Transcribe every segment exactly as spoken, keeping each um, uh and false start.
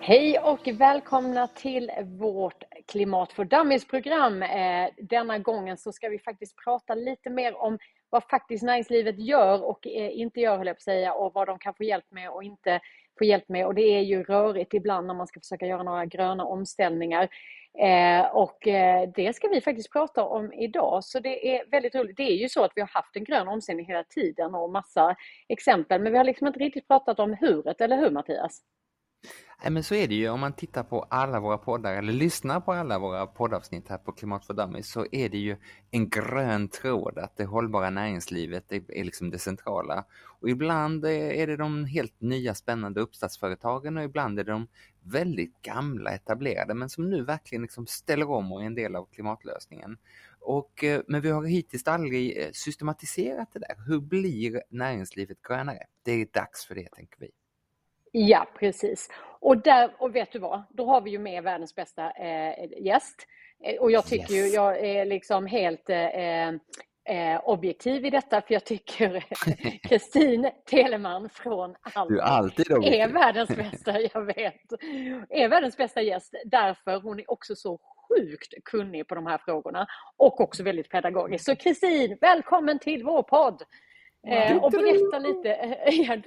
Hej och välkomna till vårt Klimat för Dummies-program. Eh, denna gången så ska vi faktiskt prata lite mer om vad faktiskt näringslivet gör och eh, inte gör, höll jag på att säga, och vad de kan få hjälp med och inte få hjälp med. Och det är ju rörigt ibland när man ska försöka göra några gröna omställningar. Eh, och eh, det ska vi faktiskt prata om idag. Så det är väldigt roligt. Det är ju så att vi har haft en grön omställning hela tiden och massa exempel. Men vi har liksom inte riktigt pratat om huret, eller hur Mattias? Nej, men så är det ju. Om man tittar på alla våra poddar eller lyssnar på alla våra poddavsnitt här på Klimat för Dummies, så är det ju en grön tråd att det hållbara näringslivet är liksom det centrala. Och ibland är det de helt nya spännande uppstartsföretagen och ibland är det de väldigt gamla etablerade men som nu verkligen liksom ställer om och är en del av klimatlösningen. Och, men vi har hittills aldrig systematiserat det där. Hur blir näringslivet grönare? Det är dags för det, tänker vi. Ja, precis. Och, där, och vet du vad? Då har vi ju med världens bästa eh, gäst. Eh, och jag tycker yes. ju, jag är liksom helt eh, eh, objektiv i detta. För jag tycker Kristin Telemann från Almi du är, alltid är världens bästa, jag vet. Är världens bästa gäst. Därför hon är också så sjukt kunnig på de här frågorna. Och också väldigt pedagogisk. Så Kristin, välkommen till vår podd. Eh, och berätta lite... Eh,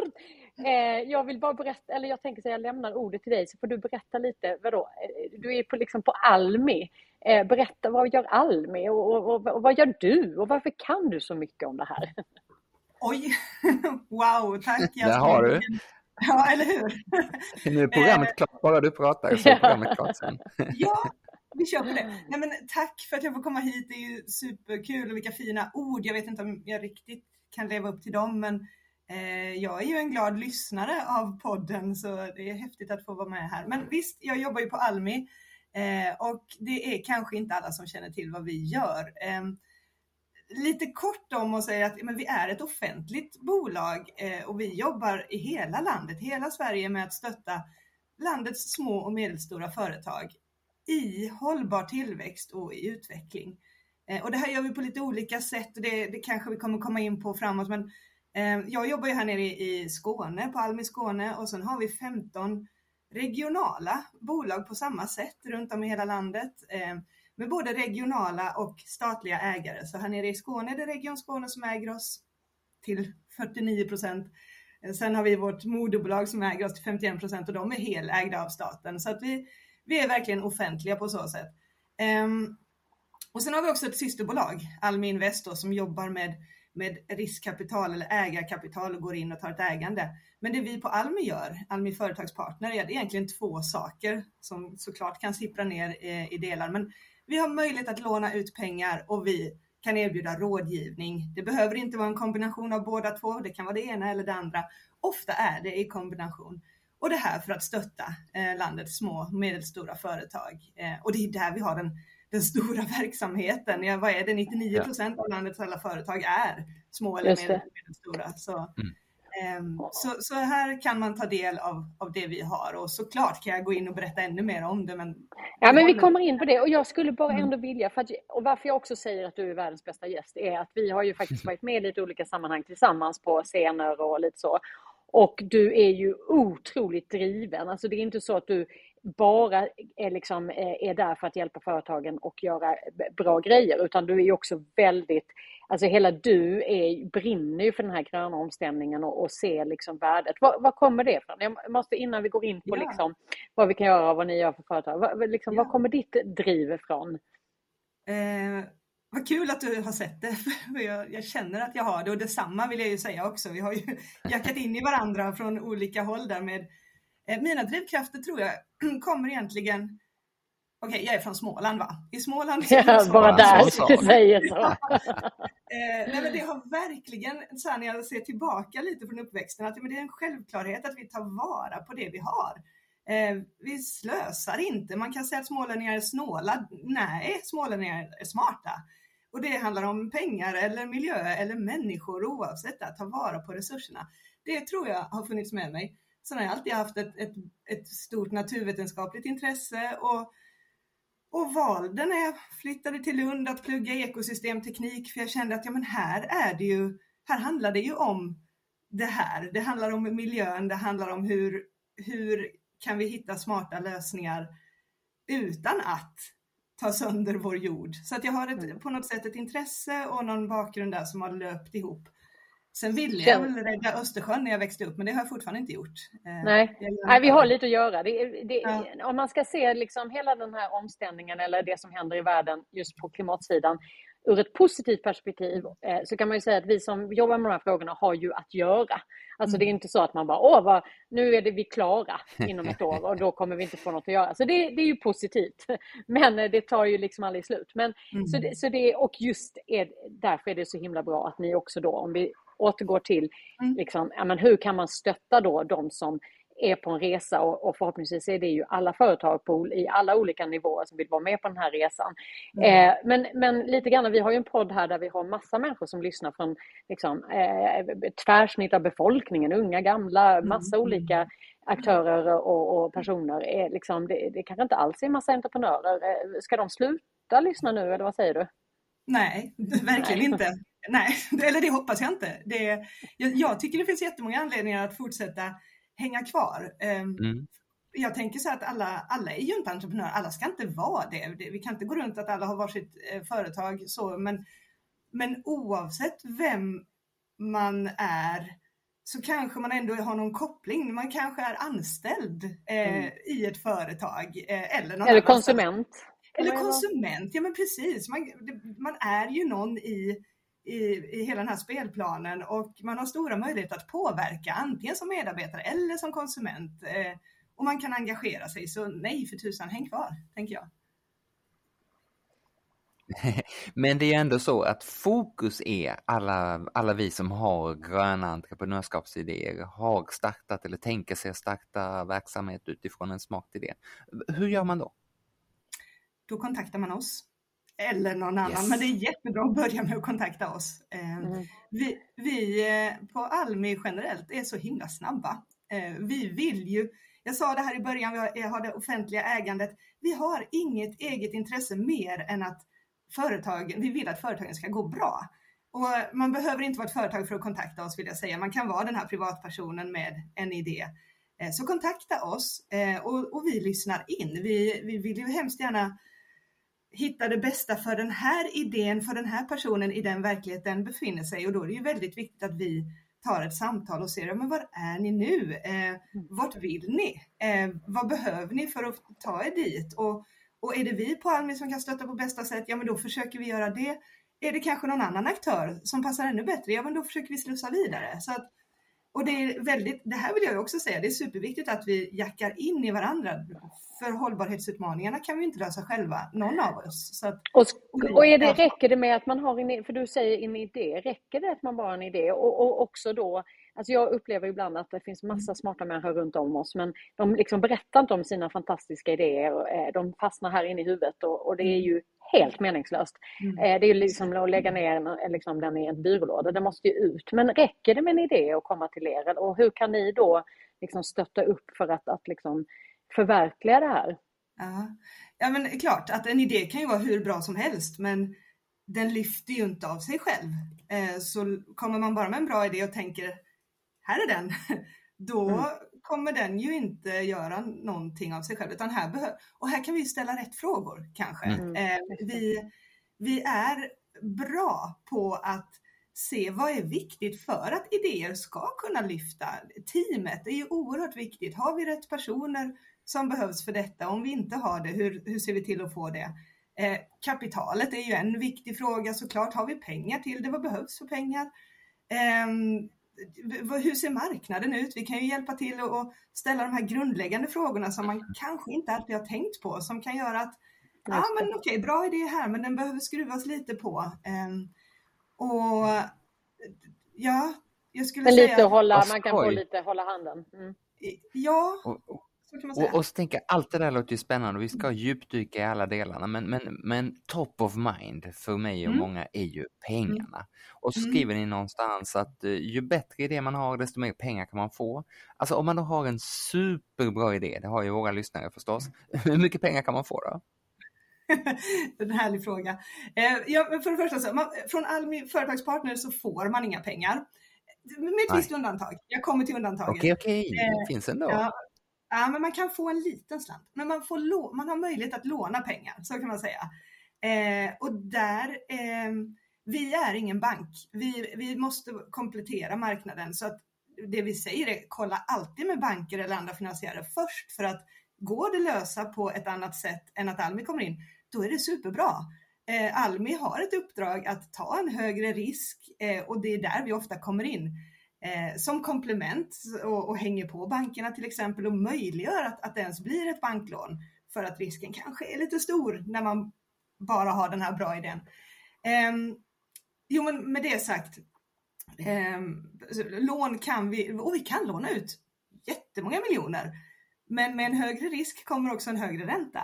Jag vill bara berätta, eller jag tänker säga jag lämnar ordet till dig så får du berätta lite, vadå? Du är på, liksom på Almi. Berätta, vad gör Almi och, och, och, och vad gör du och varför kan du så mycket om det här? Oj, wow, tack. Jag Där har du. Ja, eller hur? Nu är programmet klart, bara du pratar så är programmet klart sen. Ja, vi kör på det. Nej, men tack för att jag får komma hit, det är ju superkul och vilka fina ord. Jag vet inte om jag riktigt kan leva upp till dem, men jag är ju en glad lyssnare av podden så det är häftigt att få vara med här. Men visst, jag jobbar ju på Almi och det är kanske inte alla som känner till vad vi gör. Lite kort om att säga att men vi är ett offentligt bolag och vi jobbar i hela landet, hela Sverige med att stötta landets små och medelstora företag i hållbar tillväxt och i utveckling. Och det här gör vi på lite olika sätt och det, det kanske vi kommer komma in på framåt, men jag jobbar ju här nere i Skåne, på Almi Skåne, och sen har vi femton regionala bolag på samma sätt runt om i hela landet med både regionala och statliga ägare. Så här nere i Skåne är det Region Skåne som äger oss till fyrtionio procent. Sen har vi vårt moderbolag som äger oss till femtioen procent och de är helägda av staten. Så att vi, vi är verkligen offentliga på så sätt. Och sen har vi också ett systerbolag, Almi Invest, som jobbar med med riskkapital eller ägarkapital och går in och tar ett ägande. Men det vi på Almi gör, Almi Företagspartner, är egentligen två saker som såklart kan sippra ner i delar. Men vi har möjlighet att låna ut pengar och vi kan erbjuda rådgivning. Det behöver inte vara en kombination av båda två. Det kan vara det ena eller det andra. Ofta är det i kombination. Och det här för att stötta landets små och medelstora företag. Och det är där vi har den den stora verksamheten. Ja, vad är det? nittionio procent ja. Av landets alla företag är små eller medelstora. Så, mm. um, så, så här kan man ta del av, av det vi har. Och såklart kan jag gå in och berätta ännu mer om det. Men ja, men vi kommer in på det. Och jag skulle bara ändå vilja, för att, och varför jag också säger att du är världens bästa gäst, är att vi har ju faktiskt varit med i lite olika sammanhang tillsammans på scener och lite så. Och du är ju otroligt driven. Alltså det är inte så att du bara är, liksom, är där för att hjälpa företagen och göra bra grejer, utan du är ju också väldigt, alltså hela du är, brinner ju för den här gröna omställningen och, och ser liksom värdet. Vad, vad kommer det från? Jag måste, innan vi går in på ja. liksom, vad vi kan göra och vad ni gör för företag, vad, liksom, ja. vad kommer ditt driv ifrån? Eh, vad kul att du har sett det, för jag, jag känner att jag har det, och detsamma vill jag ju säga också. Vi har ju jackat in i varandra från olika håll där med mina drivkrafter, tror jag, kommer egentligen... Okej, okay, jag är från Småland, va? I Småland... Ja, bara där, du säger så. eh, nej, men det har verkligen, så här, när jag ser tillbaka lite från uppväxten, att men det är en självklarhet att vi tar vara på det vi har. Eh, vi slösar inte. Man kan säga att smålänningar är snåla. Nej, smålänningar är smarta. Och det handlar om pengar eller miljö eller människor, oavsett att ta vara på resurserna. Det tror jag har funnits med mig. Så har jag alltid haft ett, ett, ett stort naturvetenskapligt intresse och, och valde när jag flyttade till Lund att plugga ekosystemteknik, för jag kände att ja, men här är det ju, här handlar det ju om det här. Det handlar om miljön, det handlar om hur, hur kan vi hitta smarta lösningar utan att ta sönder vår jord. Så att jag har ett, på något sätt ett intresse och någon bakgrund där som har löpt ihop. Sen ville jag väl rädda Östersjön när jag växte upp, men det har jag fortfarande inte gjort. Nej, Nej vi har lite att göra. Det, det, ja. Om man ska se liksom hela den här omställningen eller det som händer i världen just på klimatsidan ur ett positivt perspektiv eh, så kan man ju säga att vi som jobbar med de här frågorna har ju att göra. Alltså mm. det är inte så att man bara, åh vad, nu är det vi klara inom ett år och då kommer vi inte få något att göra. Så det, det är ju positivt. Men det tar ju liksom aldrig slut. Men, mm. så det, så det, och just är, därför är det så himla bra att ni också då, om vi återgår till mm. liksom, ja, men hur kan man stötta då de som är på en resa och, och förhoppningsvis är det ju alla företag på, i alla olika nivåer som vill vara med på den här resan. Mm. Eh, men, men lite grann, vi har ju en podd här där vi har massa människor som lyssnar från liksom, eh, tvärsnitt av befolkningen, unga, gamla, massa mm. olika aktörer och, och personer. Är liksom, det, det kanske inte alls är en massa entreprenörer. Eh, ska de sluta lyssna nu eller vad säger du? Nej, verkligen Nej. inte. Nej, eller det hoppas jag inte. Det, jag, jag tycker det finns jättemånga anledningar att fortsätta hänga kvar. Mm. Jag tänker så att alla, alla är ju inte entreprenörer. Alla ska inte vara det. Vi kan inte gå runt att alla har varsitt företag. Så, men, men oavsett vem man är så kanske man ändå har någon koppling. Man kanske är anställd eh, mm. i ett företag. Eh, eller någon eller konsument. Eller konsument, ja men precis. Man, man är ju någon i, i, i hela den här spelplanen och man har stora möjligheter att påverka antingen som medarbetare eller som konsument. Eh, och man kan engagera sig, så nej för tusan, häng kvar, tänker jag. Men det är ändå så att fokus är alla, alla vi som har gröna entreprenörskapsidéer, har startat eller tänker sig att starta verksamhet utifrån en smart idé. Hur gör man då? Då kontaktar man oss. Eller någon annan. Yes. Men det är jättebra att börja med att kontakta oss. Mm. Vi, vi på Almi generellt är så himla snabba. Vi vill ju, jag sa det här i början, vi har det offentliga ägandet. Vi har inget eget intresse mer än att företagen, vi vill att företagen ska gå bra. Och man behöver inte vara ett företag för att kontakta oss, vill jag säga. Man kan vara den här privatpersonen med en idé. Så kontakta oss och, och vi lyssnar in. Vi, vi vill ju hemskt gärna hitta det bästa för den här idén, för den här personen i den verklighet den befinner sig. Och då är det ju väldigt viktigt att vi tar ett samtal och ser, men var är ni nu? Eh, vart vill ni? Eh, vad behöver ni för att ta er dit? Och, och är det vi på Almi som kan stötta på bästa sätt, ja men då försöker vi göra det. Är det kanske någon annan aktör som passar ännu bättre, ja men då försöker vi slussa vidare. Så att, och det är väldigt, det här vill jag också säga, det är superviktigt att vi jackar in i varandra. För hållbarhetsutmaningarna kan vi inte lösa själva, någon av oss. Så att, och och är det, räcker det med att man har en, för du säger en idé, räcker det att man bara har en idé? Och, och också då, alltså jag upplever ibland att det finns massa smarta människor runt om oss, men de liksom berättar inte om sina fantastiska idéer. De fastnar här inne i huvudet och, och det är ju helt meningslöst. Mm. Det är ju liksom att lägga ner liksom den i en byrålåda. Det måste ju ut. Men räcker det med en idé att komma till er? Och hur kan ni då liksom stötta upp för att, att liksom förverkliga det här? Ja. ja, men klart att en idé kan ju vara hur bra som helst, men den lyfter ju inte av sig själv. Så kommer man bara med en bra idé och tänker, här är den, då mm. kommer den ju inte göra någonting av sig själv, utan här behöver, och här kan vi ställa rätt frågor kanske. Mm. Eh, vi, vi är bra på att se vad är viktigt för att idéer ska kunna lyfta. Teamet är ju oerhört viktigt. Har vi rätt personer som behövs för detta? Om vi inte har det, hur, hur ser vi till att få det? Eh, kapitalet är ju en viktig fråga såklart. Har vi pengar till det? Vad behövs för pengar? Eh, hur ser marknaden ut? Vi kan ju hjälpa till att ställa de här grundläggande frågorna som man kanske inte alltid har tänkt på. Som kan göra att, ja ah, men okej, okay, bra idé här, men den behöver skruvas lite på. Um, och ja, jag skulle men säga... Lite att hålla, man kan få lite hålla handen. Mm. Ja, och, så kan man säga. Och, och så tänker allt det där låter ju spännande och vi ska djupdyka i alla delarna. Men, men, men top of mind för mig och mm. många är ju pengarna. Mm. Och så skriver ni någonstans att uh, ju bättre idé man har, desto mer pengar kan man få. Alltså om man då har en superbra idé, det har ju våra lyssnare förstås. Hur mycket pengar kan man få då? En härlig fråga. Eh, ja, för det första, så, man, från Almi företagspartner så får man inga pengar. Med ett visst undantag. Jag kommer till undantaget. Okej, okej. Det finns ändå. Ja, Ja, men man kan få en liten slant. Men man, får lå- man har möjlighet att låna pengar, så kan man säga. Eh, och där, eh, vi är ingen bank. Vi, vi måste komplettera marknaden. Så att det vi säger är, kolla alltid med banker eller andra finansiärer först. För att går det lösa på ett annat sätt än att Almi kommer in, då är det superbra. Eh, Almi har ett uppdrag att ta en högre risk eh, och det är där vi ofta kommer in. Eh, som komplement och, och hänger på bankerna till exempel och möjliggör att, att det ens blir ett banklån. För att risken kanske är lite stor när man bara har den här bra idén. Eh, jo men med det sagt, eh, lån kan vi, och vi kan låna ut jättemånga miljoner. Men med en högre risk kommer också en högre ränta.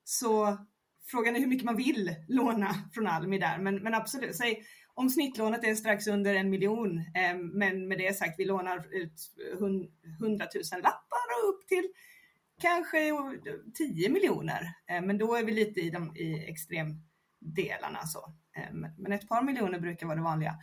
Så frågan är hur mycket man vill låna från Almi där. Men, men absolut, säg, om snittlånet är strax under en miljon. Eh, men med det sagt, vi lånar ut hundratusen lappar och upp till kanske tio miljoner. Eh, men då är vi lite i de i extremdelarna. Så. Eh, men ett par miljoner brukar vara det vanliga.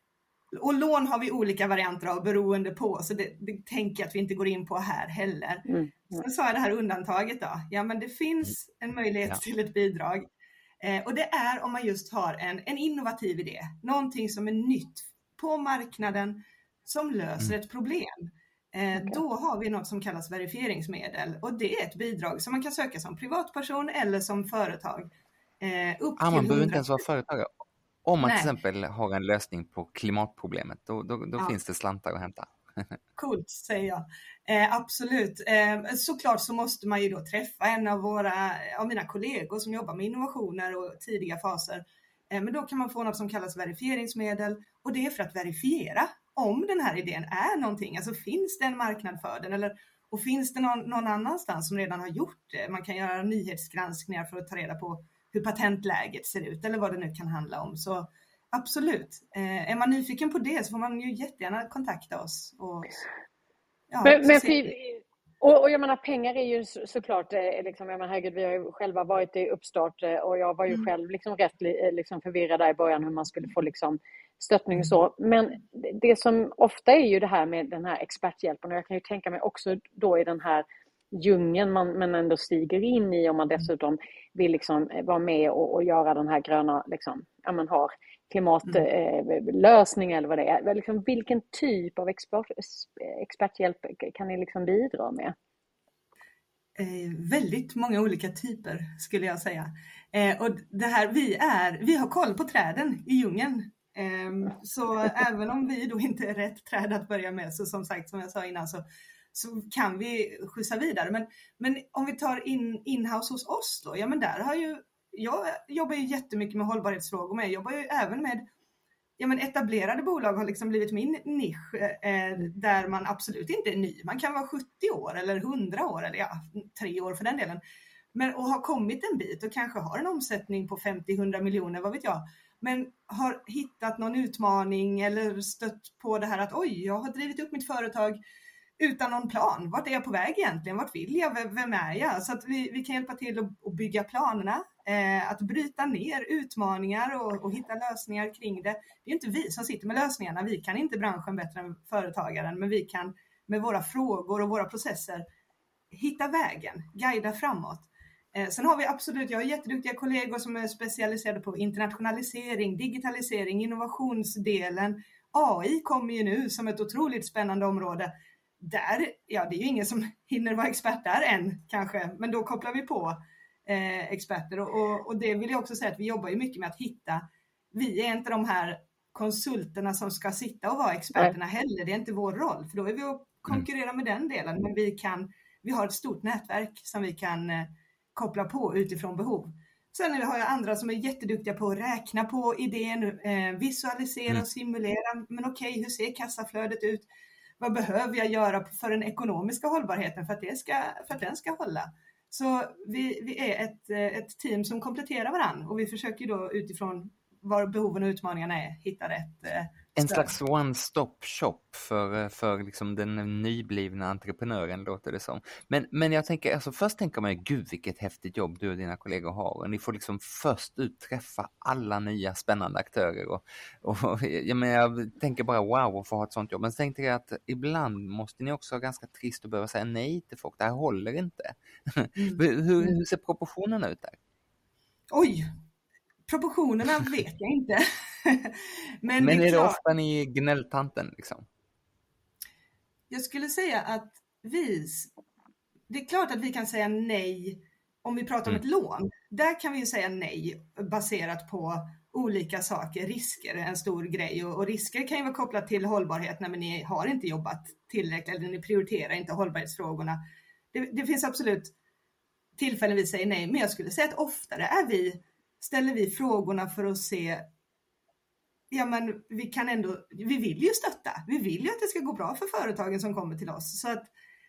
Och lån har vi olika varianter av beroende på. Så det, det tänker jag att vi inte går in på här heller. Mm. Mm. Sen sa jag det här undantaget då. Ja men det finns en möjlighet ja. till ett bidrag. Eh, och det är om man just har en, en innovativ idé. Någonting som är nytt på marknaden som löser mm. ett problem. Eh, okay. Då har vi något som kallas verifieringsmedel. Och det är ett bidrag som man kan söka som privatperson eller som företag. Eh, upp ah, till man behöver inte ens vara företagare. Om man Nej. till exempel har en lösning på klimatproblemet, då, då, då ja. finns det slantar att hämta. Coolt, säger jag. Eh, absolut. Eh, såklart så måste man ju då träffa en av, våra, av mina kollegor som jobbar med innovationer och tidiga faser. Eh, men då kan man få något som kallas verifieringsmedel. Och det är för att verifiera om den här idén är någonting. Alltså finns det en marknad för den? Eller, och finns det någon, någon annanstans som redan har gjort det? Man kan göra nyhetsgranskningar för att ta reda på hur patentläget ser ut eller vad det nu kan handla om. Så absolut. Eh, är man nyfiken på det så får man ju jättegärna kontakta oss. Och, ja, men, men för, och, och jag menar, pengar är ju så, såklart, eh, liksom, jag menar, herregud, vi har ju själva varit i uppstart eh, och jag var ju mm. själv liksom rätt liksom, förvirrad där i början hur man skulle få liksom, stöttning och så. Men det som ofta är ju det här med den här experthjälpen, och jag kan ju tänka mig också då i den här djungeln man, man ändå stiger in i om man dessutom vill liksom vara med och, och göra den här gröna, liksom, ja, man har klimatlösning mm. eh, eller vad det är. Liksom, vilken typ av expert, experthjälp kan ni liksom bidra med? Eh, väldigt många olika typer skulle jag säga. Eh, och det här, vi, är, vi har koll på träden i djungeln. Eh, så även om vi då inte är rätt träd att börja med, så som sagt, som jag sa innan, så så kan vi skjutsa vidare. Men, men om vi tar in in-house hos oss då, ja men där har ju, jag jobbar ju jättemycket med hållbarhetsfrågor, men jag jobbar ju även med, ja men etablerade bolag har liksom blivit min nisch, eh, där man absolut inte är ny. Man kan vara sjuttio år eller hundra år, eller ja, tre år för den delen. Men och har kommit en bit och kanske har en omsättning på femtio till hundra miljoner, vad vet jag. Men har hittat någon utmaning eller stött på det här att oj, jag har drivit upp mitt företag utan någon plan. Vart är jag på väg egentligen? Vart vill jag? Vem är jag? Så att vi, vi kan hjälpa till att, att bygga planerna. Eh, att bryta ner utmaningar och, och hitta lösningar kring det. Det är inte vi som sitter med lösningarna. Vi kan inte branschen bättre än företagaren. Men vi kan med våra frågor och våra processer hitta vägen. Guida framåt. Eh, sen har vi absolut, jag har jätteduktiga kollegor som är specialiserade på internationalisering, digitalisering, innovationsdelen. A I kommer ju nu som ett otroligt spännande område. Där, ja det är ju ingen som hinner vara expert där än kanske, men då kopplar vi på eh, experter och, och, och det vill jag också säga att vi jobbar ju mycket med att hitta, vi är inte de här konsulterna som ska sitta och vara experterna heller, det är inte vår roll, för då är vi att konkurrera med den delen, men vi kan, vi har ett stort nätverk som vi kan eh, koppla på utifrån behov. Sen har jag andra som är jätteduktiga på att räkna på idén, eh, visualisera och simulera, men okej, hur ser kassaflödet ut? Vad behöver jag göra för den ekonomiska hållbarheten för att, det ska, för att den ska hålla? Så vi, vi är ett, ett team som kompletterar varandra och vi försöker då utifrån var behoven och utmaningarna är hitta rätt, En slags one-stop shop för, för liksom den nyblivna entreprenören, låter det som. Men, men jag tänker, alltså först tänker man, gud vilket häftigt jobb du och dina kollegor har. Och ni får liksom först ut träffa alla nya spännande aktörer. Och, och jag, menar, jag tänker bara wow att få ha ett sånt jobb. Men så tänkte jag att ibland måste ni också ha ganska trist att behöva säga nej till folk. Det här håller inte. Mm. hur, hur ser proportionerna ut där? Oj! Proportionerna vet jag inte. Men, Men är, är det klart, ofta ni gnälltanten liksom? Jag skulle säga att vi, det är klart att vi kan säga nej om vi pratar mm. om ett lån. Där kan vi ju säga nej baserat på olika saker. Risker är en stor grej, och, och risker kan ju vara kopplat till hållbarhet. Nej, men ni har inte jobbat tillräckligt eller ni prioriterar inte hållbarhetsfrågorna. Det, det finns absolut tillfällen vi säger nej, men jag skulle säga att oftare är vi ställer vi frågorna för att se, ja men vi kan ändå, vi vill ju stötta. Vi vill ju att det ska gå bra för företagen som kommer till oss. Så att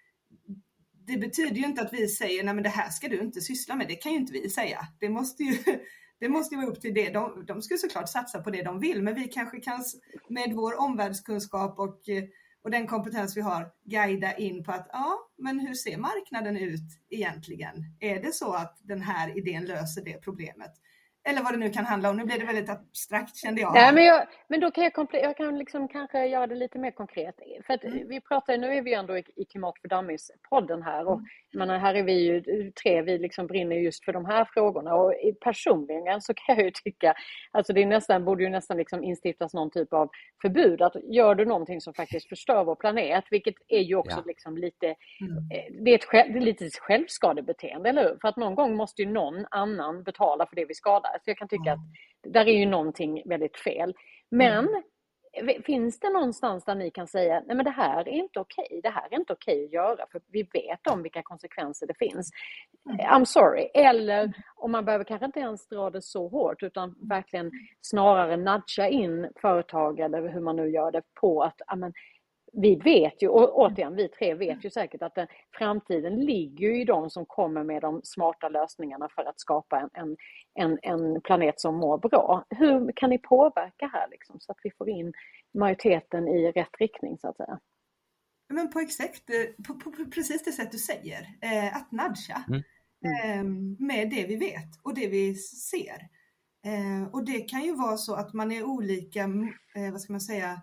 det betyder ju inte att vi säger, nej men det här ska du inte syssla med. Det kan ju inte vi säga. Det måste ju, det måste ju vara upp till det. De, de ska såklart satsa på det de vill, men vi kanske kan med vår omvärldskunskap och, och den kompetens vi har guida in på att, ja men hur ser marknaden ut egentligen? Är det så att den här idén löser det problemet? Eller vad det nu kan handla om. Nu blir det väldigt abstrakt, kände jag. Nej, men, jag, men då kan jag, komple- jag kan liksom kanske göra det lite mer konkret. För att mm. vi pratar, nu är vi ändå i, i Klimat för Dummies-podden här. Och mm. men här är vi ju tre, vi liksom brinner just för de här frågorna. Och personligen så kan jag ju tycka, alltså det är nästan, borde ju nästan liksom instiftas någon typ av förbud. Att gör du någonting som faktiskt förstör vår planet, vilket är ju också ja. liksom lite, mm. det är ett själv, det är lite självskadebeteende, eller hur? För att någon gång måste ju någon annan betala för det vi skadar. Så jag kan tycka mm. att där är ju någonting väldigt fel. Men mm. finns det någonstans där ni kan säga, nej men det här är inte okej. Det här är inte okej att göra, för vi vet om vilka konsekvenser det finns. Mm. I'm sorry. Eller om man behöver kanske inte ens dra det så hårt, utan verkligen snarare nudga in företag, eller hur man nu gör det, på att amen, vi vet ju, och återigen, vi tre vet ju säkert att den, framtiden ligger ju i de som kommer med de smarta lösningarna för att skapa en, en, en, en planet som mår bra. Hur kan ni påverka här liksom, så att vi får in majoriteten i rätt riktning så att säga? Men på exakt, på, på, på precis det sätt du säger, eh, att nudga mm. Mm. Eh, med det vi vet och det vi ser. Eh, och det kan ju vara så att man är olika, eh, vad ska man säga,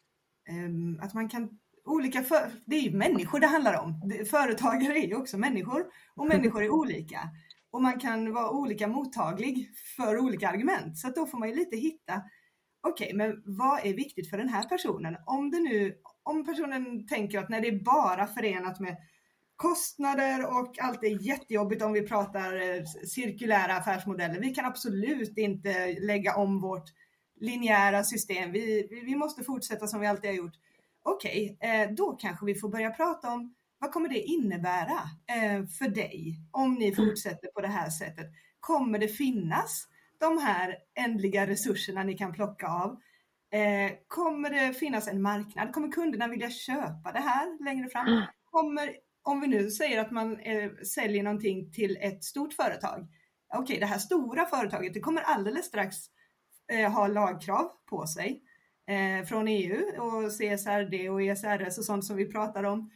att man kan olika för, det är ju människor det handlar om. Företagare är ju också människor, och människor är olika, och man kan vara olika mottaglig för olika argument. Så att då får man ju lite hitta, okej, okay, men vad är viktigt för den här personen? Om det nu, om personen tänker att när det är bara förenat med kostnader och allt är jättejobbigt om vi pratar cirkulära affärsmodeller. Vi kan absolut inte lägga om vårt linjära system. Vi, vi måste fortsätta som vi alltid har gjort. Okej, okay, eh, då kanske vi får börja prata om vad kommer det innebära eh, för dig om ni fortsätter på det här sättet. Kommer det finnas de här ändliga resurserna ni kan plocka av? Eh, kommer det finnas en marknad? Kommer kunderna vilja köpa det här längre fram? Kommer, om vi nu säger att man eh, säljer någonting till ett stort företag. Okej, okay, det här stora företaget, det kommer alldeles strax ha lagkrav på sig eh, från E U och C S R D och E S R S och sånt som vi pratar om.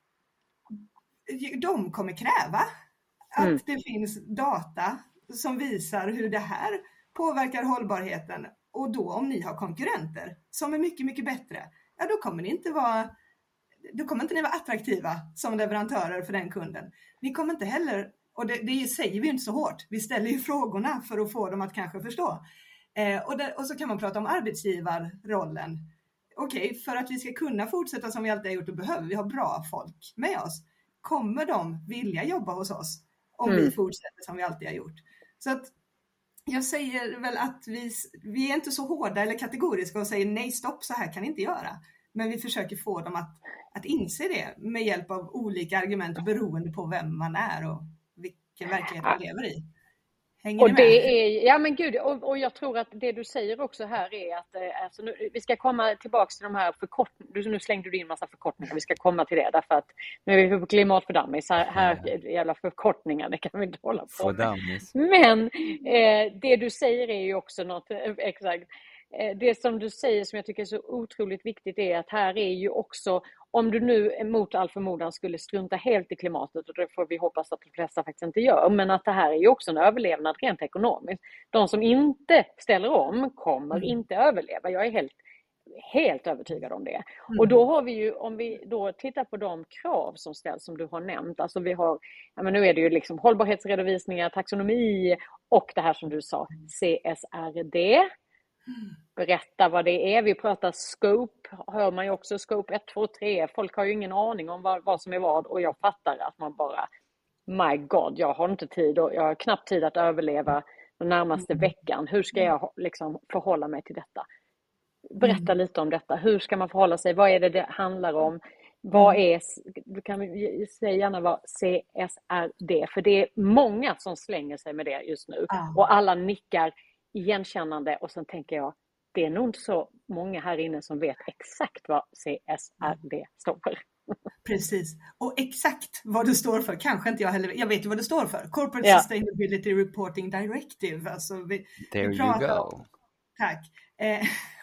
De kommer kräva att mm. det finns data som visar hur det här påverkar hållbarheten, och då om ni har konkurrenter som är mycket, mycket bättre, ja då kommer ni inte vara då kommer inte ni vara attraktiva som leverantörer för den kunden. Ni kommer inte heller, och det, det säger vi inte så hårt, vi ställer ju frågorna för att få dem att kanske förstå. Eh, och, där, och så kan man prata om arbetsgivarrollen. Okej, okay, för att vi ska kunna fortsätta som vi alltid har gjort, då behöver vi ha bra folk med oss. Kommer de vilja jobba hos oss om mm. vi fortsätter som vi alltid har gjort? Så att jag säger väl att vi, vi är inte så hårda eller kategoriska och säger nej, stopp, så här kan ni inte göra. Men vi försöker få dem att, att inse det med hjälp av olika argument beroende på vem man är och vilken verklighet man lever i. Hänger och det är, ja men gud, och, och jag tror att det du säger också här är att alltså nu, vi ska komma tillbaka till de här förkortningarna. Nu slängde du in massa förkortningar, vi ska komma till det därför att nu är vi på Klimat för Dummies. Här, här jävla förkortningar, det kan vi inte hålla på med. Men eh, det du säger är ju också något, exakt. det som du säger som jag tycker är så otroligt viktigt är att här är ju också, om du nu mot all förmodan skulle strunta helt i klimatet, och det får vi hoppas att de flesta faktiskt inte gör, men att det här är ju också en överlevnad rent ekonomiskt. De som inte ställer om kommer mm. inte överleva. Jag är helt helt övertygad om det. Mm. Och då har vi ju, om vi då tittar på de krav som ställs som du har nämnt, alltså vi har, ja men nu är det ju liksom hållbarhetsredovisningar, taxonomi och det här som du sa, C S R D. Berätta vad det är. Vi pratar scope, hör man ju också, scope ett, två, tre. Folk har ju ingen aning om vad, vad som är vad, och jag fattar att man bara, my god, jag har inte tid och jag har knappt tid att överleva den närmaste veckan. Hur ska jag liksom förhålla mig till detta? Berätta lite om detta. Hur ska man förhålla sig? Vad är det det handlar om? Vad är, du kan säga gärna vad C S R D, för det är många som slänger sig med det just nu. Ah. Och alla nickar igenkännande, och sen tänker jag, det är nog inte så många här inne som vet exakt vad C S R D står för. Precis. Och exakt vad det står för kanske inte jag heller. Jag vet ju vad det står för. Corporate ja. Sustainability Reporting Directive. Alltså vi, There vi you go. Tack. Eh,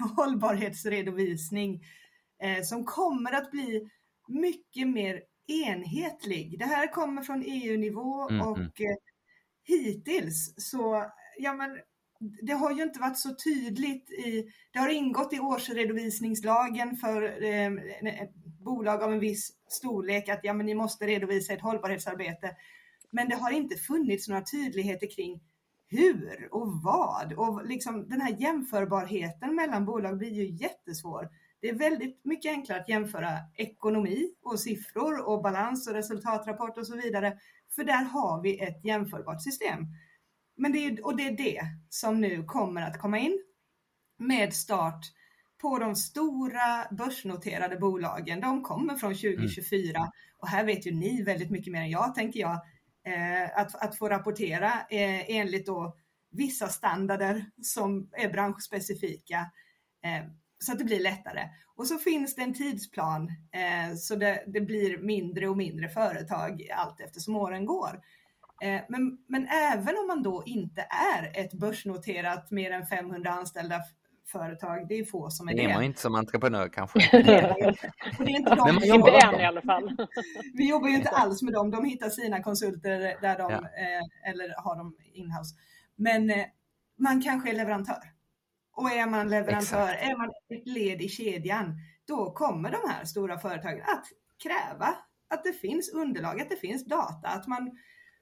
hållbarhetsredovisning eh, som kommer att bli mycket mer enhetlig. Det här kommer från E U-nivå mm, och mm. Eh, hittills så, ja men det har ju inte varit så tydligt i, det har ingått i årsredovisningslagen för eh, bolag av en viss storlek att ja men ni måste redovisa ett hållbarhetsarbete. Men det har inte funnits några tydligheter kring hur och vad, och liksom den här jämförbarheten mellan bolag blir ju jättesvår. Det är väldigt mycket enklare att jämföra ekonomi och siffror och balans och resultatrapport och så vidare, för där har vi ett jämförbart system. Men det är, och det är det som nu kommer att komma in med start på de stora börsnoterade bolagen. De kommer från tjugo tjugofyra mm. och här vet ju ni väldigt mycket mer än jag, tänker jag. Att, att få rapportera eh, enligt då vissa standarder som är branschspecifika eh, så att det blir lättare. Och så finns det en tidsplan eh, så det, det blir mindre och mindre företag allt eftersom åren går. Eh, men, men även om man då inte är ett börsnoterat mer än femhundra anställda företag, det är få som är det. Det är man inte som entreprenör kanske. Det är, och det är inte de som inte än i alla fall. Vi jobbar ju inte alls med dem. De hittar sina konsulter där de, ja. eh, eller har dem in-house. Men eh, man kanske är leverantör. Och är man leverantör, Exakt. Är man ett led i kedjan, då kommer de här stora företagen att kräva att det finns underlag, att det finns data, att man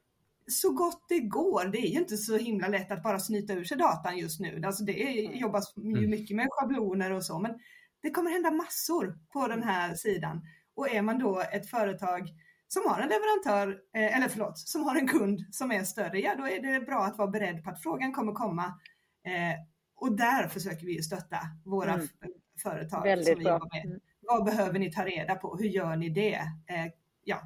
så gott det går. Det är ju inte så himla lätt att bara snyta ur sig datan just nu. Alltså det är, jobbas ju mycket med schabloner och så, men det kommer hända massor på den här sidan. Och är man då ett företag som har en leverantör, eh, eller förlåt, som har en kund som är större, ja då är det bra att vara beredd på att frågan kommer komma. Eh, och där försöker vi ju stötta våra mm. företag Väldigt som vi bra. jobbar med. Mm. Vad behöver ni ta reda på? Hur gör ni det? Eh, ja.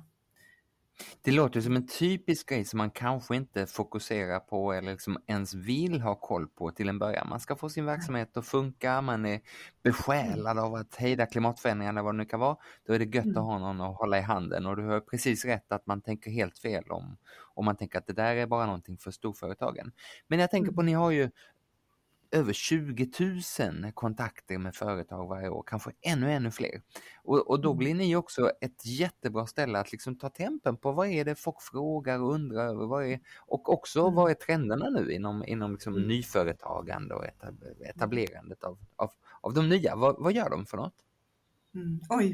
Det låter som en typisk grej som man kanske inte fokuserar på eller liksom ens vill ha koll på till en början. Man ska få sin verksamhet att funka, man är besjälad av att hejda klimatförändringarna, vad det nu kan vara. Då är det gött att ha någon att hålla i handen, och du har precis rätt att man tänker helt fel om, om man tänker att det där är bara någonting för storföretagen. Men jag tänker på, ni har ju över tjugo tusen kontakter med företag varje år, kanske ännu ännu fler. Och, och då blir ni också ett jättebra ställe att liksom ta tempen på vad är det folk frågar och undrar över, vad är, och också mm. vad är trenderna nu inom, inom liksom mm. nyföretagande och etablerandet av, av, av de nya. Vad, vad gör de för något? Mm. Oj,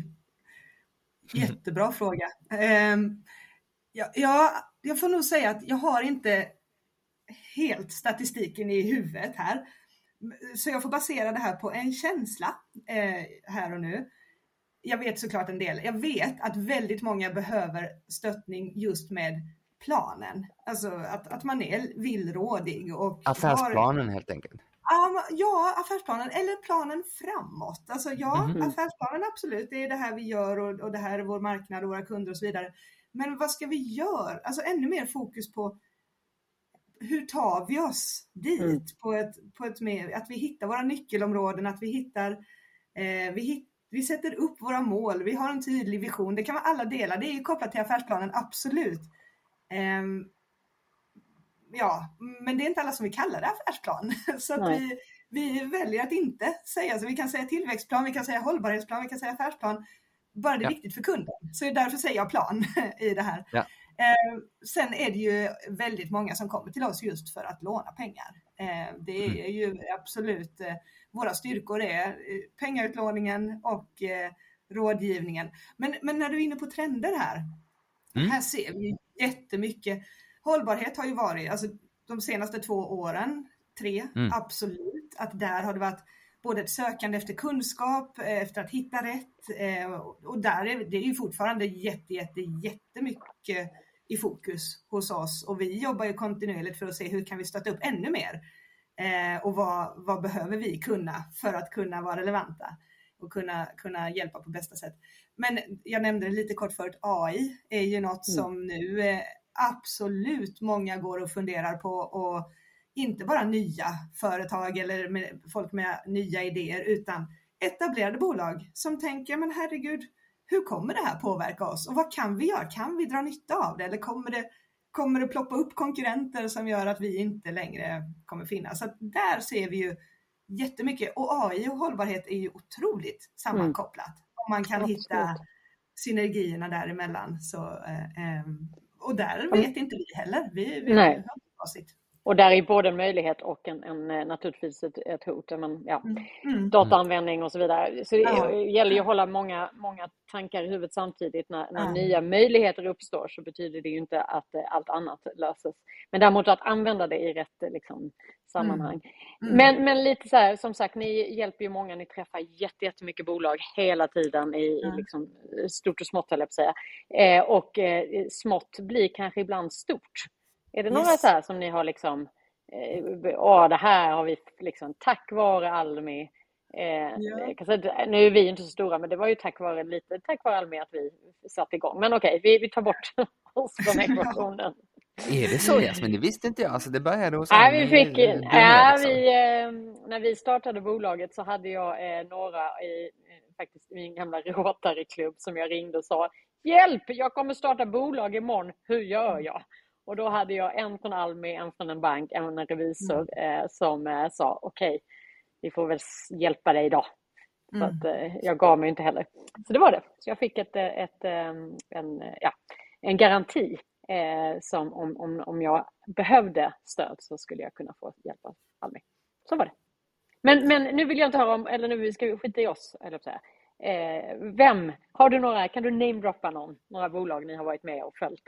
jättebra fråga. Um, ja, ja, jag får nog säga att jag har inte helt statistiken i huvudet här. Så jag får basera det här på en känsla eh, här och nu. Jag vet såklart en del. Jag vet att väldigt många behöver stöttning just med planen. Alltså att, att man är villrådig. Och affärsplanen har, helt enkelt. Ja, affärsplanen eller planen framåt. Alltså ja, mm-hmm. affärsplanen absolut. Det är det här vi gör och, och det här är vår marknad och våra kunder och så vidare. Men vad ska vi göra? Alltså ännu mer fokus på hur tar vi oss dit mm. på ett, på ett mer, att vi hittar våra nyckelområden, att vi hittar, eh, vi, hit, vi sätter upp våra mål, vi har en tydlig vision. Det kan vara alla delar, det är ju kopplat till affärsplanen, absolut. Eh, ja, men det är inte alla som vi kallar det affärsplan. Så att vi, vi väljer att inte säga så. Vi kan säga tillväxtplan, vi kan säga hållbarhetsplan, vi kan säga affärsplan. Bara det är ja. viktigt för kunden. Så därför säger jag plan i det här. Ja. Eh, sen är det ju väldigt många som kommer till oss just för att låna pengar. Eh, det är mm. ju absolut, eh, våra styrkor är eh, pengautlåningen och eh, rådgivningen. Men, men när du är inne på trender här, mm. här ser vi jättemycket. Hållbarhet har ju varit, alltså de senaste två åren, tre, mm. absolut, att där har det varit både ett sökande efter kunskap, efter att hitta rätt, och där är det är ju fortfarande jätte, jätte, jättemycket i fokus hos oss, och vi jobbar ju kontinuerligt för att se hur kan vi stötta upp ännu mer, och vad, vad behöver vi kunna för att kunna vara relevanta och kunna, kunna hjälpa på bästa sätt. Men jag nämnde det lite kort förut, A I är ju något mm. som nu eh, absolut många går och funderar på, och inte bara nya företag eller med, folk med nya idéer, utan etablerade bolag som tänker, men herregud, hur kommer det här påverka oss? Och vad kan vi göra? Kan vi dra nytta av det? Eller kommer det, kommer det ploppa upp konkurrenter som gör att vi inte längre kommer finnas? Så att där ser vi ju jättemycket. Och A I och hållbarhet är ju otroligt sammankopplat. Mm. Om man kan Absolut. hitta synergierna däremellan. Så, eh, och där vet inte vi heller. Vi, vi Nej. har sitt. Och där är både en möjlighet och en, en naturligtvis ett, ett hot. Men, ja, mm. Mm. dataanvändning och så vidare. Så det ja. gäller ju att hålla många, många tankar i huvudet samtidigt. När, när mm. nya möjligheter uppstår, så betyder det ju inte att allt annat löses. Men däremot att använda det i rätt liksom, sammanhang. Mm. Mm. Men, men lite så här, som sagt, ni hjälper ju många. Ni träffar jätte, jättemycket bolag hela tiden i, mm. i liksom, stort och smått, höll jag på att säga. Eh, och eh, smått blir kanske ibland stort. Är det några yes. så här som ni har liksom, ja det här har vi liksom tack vare Almi, eh, ja. kan säga, nu är vi inte så stora, men det var ju tack vare lite tack vare Almi att vi satte igång. Men okej, vi, vi tar bort oss från ekvationen. Är det så, Jasmin? Det visste inte jag. Alltså det började hos Nej, vi fick, i, ja, liksom. vi, eh, när vi startade bolaget så hade jag eh, några i faktiskt min gamla Rotary-klubb som jag ringde och sa, hjälp, jag kommer starta bolag imorgon, hur gör jag? Och då hade jag en från Almi, en från en bank, en revisor mm. eh, som eh, sa okej, okay, vi får väl hjälpa dig idag. Mm. Så att eh, jag gav mig inte heller. Så det var det. Så jag fick ett, ett, en, ja, en garanti eh, som om, om, om jag behövde stöd så skulle jag kunna få hjälp av Almi. Så var det. Men, men nu vill jag inte höra om, eller nu ska vi skita i oss, eller så här. Eh, vem, har du några, kan du namedroppa någon, några bolag ni har varit med och följt?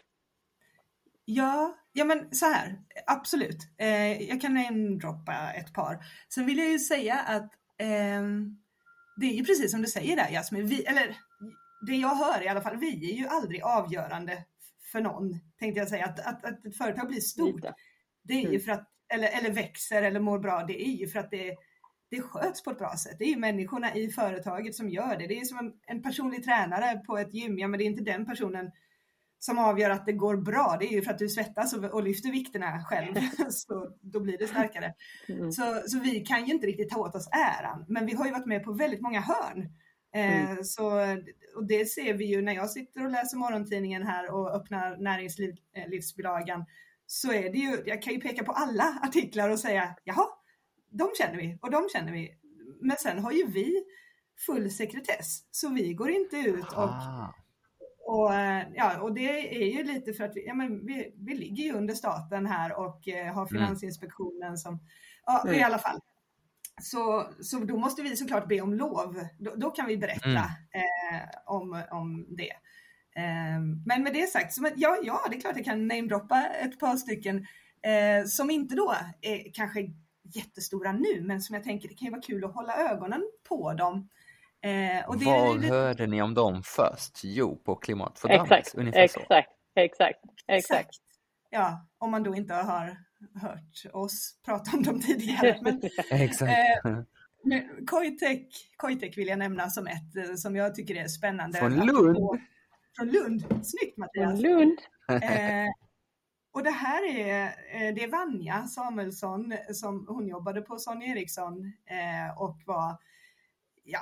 Ja, ja men så här, absolut. Eh, jag kan namedroppa ett par. Sen vill jag ju säga att eh, det är ju precis som du säger där, Jasmin. Vi, eller det jag hör i alla fall, vi är ju aldrig avgörande för någon, tänkte jag säga. Att, att, att ett företag blir stort, det är ju för att, eller, eller växer eller mår bra, det är ju för att det, det sköts på ett bra sätt. Det är ju människorna i företaget som gör det. Det är som en, en personlig tränare på ett gym, ja men det är inte den personen som avgör att det går bra. Det är ju för att du svettas och, och lyfter vikterna själv. Så då blir det starkare. Mm. Så, så vi kan ju inte riktigt ta åt oss äran. Men vi har ju varit med på väldigt många hörn. Eh, mm. så, och det ser vi ju när jag sitter och läser morgontidningen här och öppnar näringslivsbilagan. Så är det ju, jag kan ju peka på alla artiklar och säga, jaha, de känner vi och de känner vi. Men sen har ju vi full sekretess. Så vi går inte ut och... Ah. Och, ja, och det är ju lite för att vi, ja, men vi, vi ligger ju under staten här och eh, har Finansinspektionen som, ja, mm. i alla fall. Så, så då måste vi såklart be om lov. Då, då kan vi berätta mm. eh, om, om det. Eh, men med det sagt, så, ja, ja, det är klart jag kan namedroppa ett par stycken eh, som inte då är kanske jättestora nu, men som jag tänker det kan ju vara kul att hålla ögonen på dem. Eh, och det Var lite... hörde ni om dem först? Jo, på Klimat för Dummies. Exakt, exakt, exakt, exakt. Ja, om man då inte har hört oss prata om dem tidigare. Men, exakt. Eh, Coitec, Coitec vill jag nämna som ett som jag tycker är spännande. Från Lund. På, från Lund. Snyggt, Mattias. Från Lund. Eh, och det här är, det är Vanja Samuelsson som hon jobbade på Sonny Eriksson eh, och var, ja,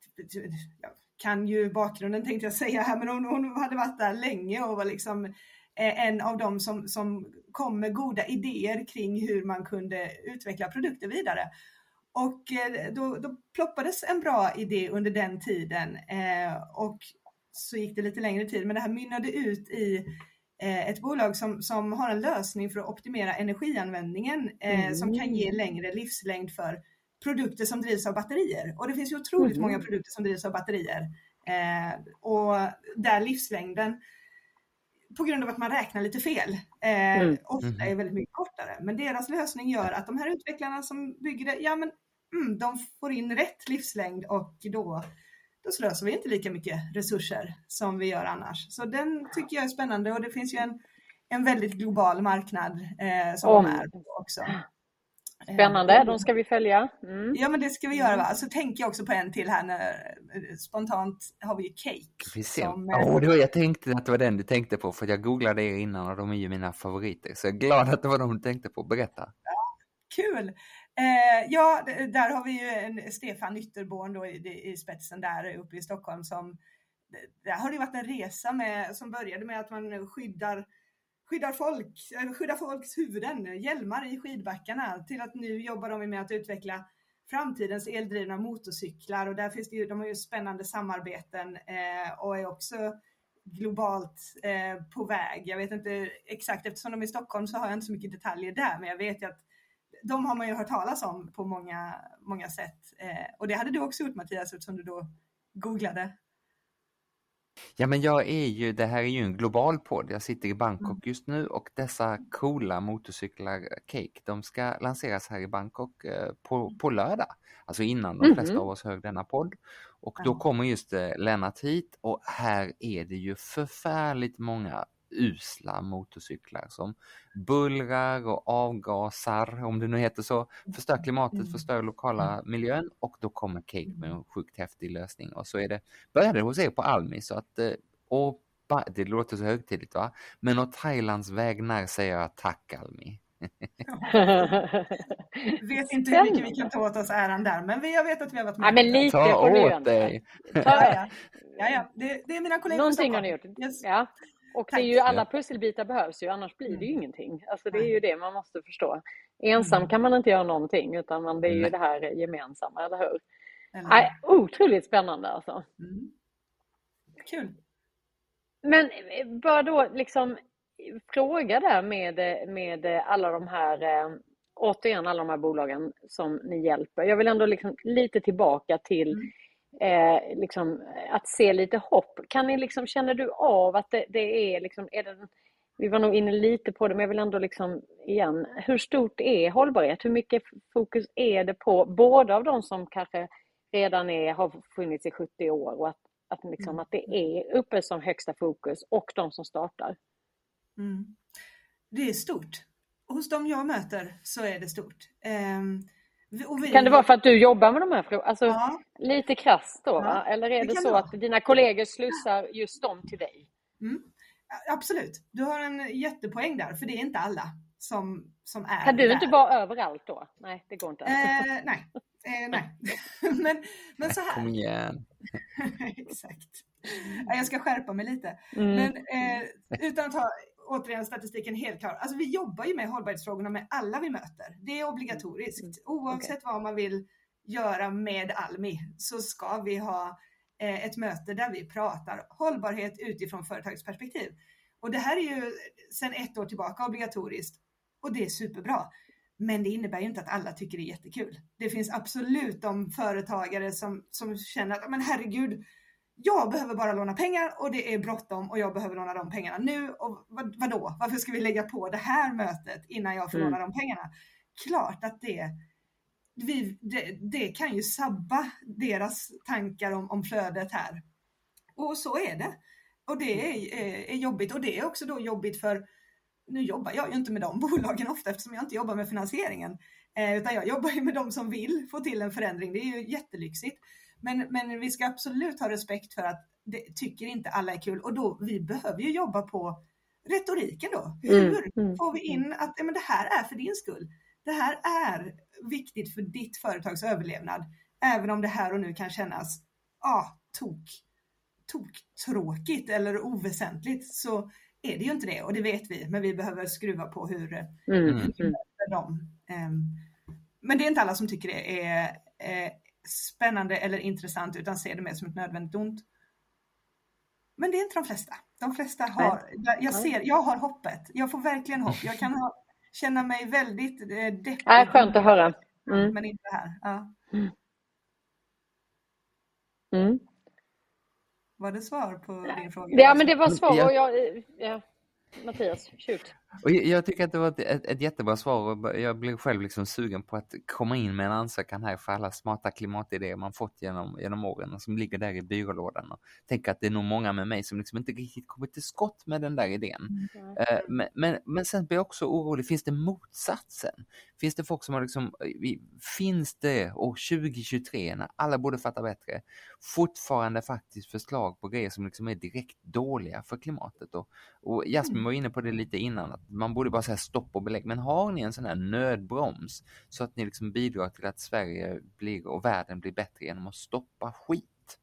jag kan ju bakgrunden tänkte jag säga här, men hon, hon hade varit där länge och var liksom eh, en av dem som, som kom med goda idéer kring hur man kunde utveckla produkter vidare. Och då, då ploppades en bra idé under den tiden eh, och så gick det lite längre tid, men det här mynnade ut i eh, ett bolag som, som har en lösning för att optimera energianvändningen eh, mm. som kan ge längre livslängd för produkter som drivs av batterier. Och det finns ju otroligt mm. många produkter som drivs av batterier eh, och där livslängden på grund av att man räknar lite fel eh, mm. ofta är väldigt mycket kortare. Men deras lösning gör att de här utvecklarna som bygger det, ja men mm, de får in rätt livslängd och då, då slösar vi inte lika mycket resurser som vi gör annars. Så den tycker jag är spännande och det finns ju en, en väldigt global marknad eh, som Om. de är på också. Spännande, de ska vi följa. Mm. Ja men det ska vi göra va. Så tänker jag också på en till här när spontant har vi ju Cake. Som, oh, det var, jag tänkte att det var den du tänkte på för jag googlade er innan och de är ju mina favoriter. Så jag är glad att det var de du tänkte på. Berätta. Ja, kul. Eh, ja, där har vi ju en Stefan Ytterborn då i, i spetsen där uppe i Stockholm som där har det varit en resa med, som började med att man skyddar Skyddar, folk, skyddar folks huvuden, hjälmar i skidbackarna till att nu jobbar de med att utveckla framtidens eldrivna motorcyklar och där finns det ju, de har ju spännande samarbeten eh, och är också globalt eh, på väg. Jag vet inte exakt, eftersom de är i Stockholm så har jag inte så mycket detaljer där, men jag vet ju att de har man ju hört talas om på många, många sätt. Eh, och det hade du också gjort Mattias, eftersom du då googlade. Ja men jag är ju, det här är ju en global podd. Jag sitter i Bangkok just nu och dessa coola motorcyklar Cake, de ska lanseras här i Bangkok eh, på, på lördag. Alltså innan de flesta mm-hmm. av oss hör denna podd. Och då kommer just eh, Lennart hit och här är det ju förfärligt många usla motorcyklar som bullrar och avgasar, om det nu heter så, förstör klimatet, förstör lokala miljön och då kommer Cake med en sjukt häftig lösning och så är det, började hos er på Almi så att, och det låter så högtidligt va, men åt Thailands vägnar säger jag tack Almi. Vet inte hur mycket vi kan ta åt oss äran där, men jag vet att vi har varit med. Ja, men lite ta åt dig. Ja, ja. Ja, ja. Det, det är mina kollegor. Någonting har ni gjort. Yes. Ja. Och det är ju alla pusselbitar behövs ju, annars blir det ju ingenting. Alltså det är ju det man måste förstå. Ensam kan man inte göra någonting, utan man, det är ju det här gemensamma, eller hur? Eller... Nej, otroligt spännande alltså. Mm. Kul. Men bara då liksom fråga där med, med alla de här, återigen alla de här bolagen som ni hjälper. Jag vill ändå liksom lite tillbaka till mm. Eh, liksom, att se lite hopp. Kan ni liksom, känner du av att det, det är liksom, är det, vi var nog inne lite på det, men jag vill ändå liksom igen, hur stort är hållbarhet? Hur mycket fokus är det på både av de som kanske redan är, har funnits i sjuttio år och att, att, liksom, mm. att det är uppe som högsta fokus och de som startar? Mm. Det är stort. Hos de jag möter så är det stort. Um... Vi... Kan det vara för att du jobbar med de här frågorna? Alltså, ja. Lite krasst då, ja. Eller är det, det så vara. att dina kollegor slussar just dem till dig? Mm. Absolut, du har en jättepoäng där, för det är inte alla som, som är Kan du där. inte vara överallt då? Nej, det går inte. Eh, nej, eh, nej. men, men så här. Kom igen. Exakt. Jag ska skärpa mig lite. Mm. Men eh, utan att ha återigen statistiken helt klar. Alltså vi jobbar ju med hållbarhetsfrågorna med alla vi möter. Det är obligatoriskt. Mm. Oavsett okay. vad man vill göra med Almi så ska vi ha eh, ett möte där vi pratar hållbarhet utifrån företagets perspektiv. Och det här är ju sedan ett år tillbaka obligatoriskt. Och det är superbra. Men det innebär ju inte att alla tycker det är jättekul. Det finns absolut de företagare som, som känner att men herregud, jag behöver bara låna pengar och det är bråttom och jag behöver låna de pengarna nu. Och vad, vadå? Varför ska vi lägga på det här mötet innan jag får mm. låna de pengarna? Klart att det, vi, det, det kan ju sabba deras tankar om, om flödet här. Och så är det. Och det är, är, är jobbigt. Och det är också då jobbigt för, nu jobbar jag ju inte med de bolagen ofta eftersom jag inte jobbar med finansieringen. Eh, utan jag jobbar ju med de som vill få till en förändring. Det är ju jättelyxigt. Men, men vi ska absolut ha respekt för att det tycker inte alla är kul. Och då, vi behöver ju jobba på retoriken då. Hur mm, mm, får vi in att ja, men det här är för din skull? Det här är viktigt för ditt företags överlevnad. Även om det här och nu kan kännas ah, tok, tok tråkigt eller oväsentligt så är det ju inte det. Och det vet vi. Men vi behöver skruva på hur, mm, hur mm. de... Um, men det är inte alla som tycker det är eh, spännande eller intressant, utan ser det mer som ett nödvändigt ont. Men det är inte de flesta. De flesta har, jag, jag ser, jag har hoppet. Jag får verkligen hopp. Jag kan ha, känna mig väldigt eh, deppig. Ja, skönt att höra. Mm. Men inte här. Ja. Mm. Mm. Var det svar på din fråga? Ja, men det var svar. Och jag, ja, Mattias, shoot. Och jag, jag tycker att det var ett, ett, ett jättebra svar, och jag blev själv liksom sugen på att komma in med en ansökan här för alla smarta klimatidéer man fått genom, genom åren och som ligger där i byrålådan. Och tänker att det är nog många med mig som liksom inte riktigt kommer till skott med den där idén. Mm. Uh, men, men, men sen blir jag också orolig, finns det motsatsen? Finns det folk som har liksom, finns det år tjugo tjugotre när alla borde fatta bättre, fortfarande faktiskt förslag på grejer som liksom är direkt dåliga för klimatet? Och, och Jasmin var inne på det lite innan, att man borde bara säga stopp och belägg. Men har ni en sån här nödbroms så att ni liksom bidrar till att Sverige blir och världen blir bättre genom att stoppa skit?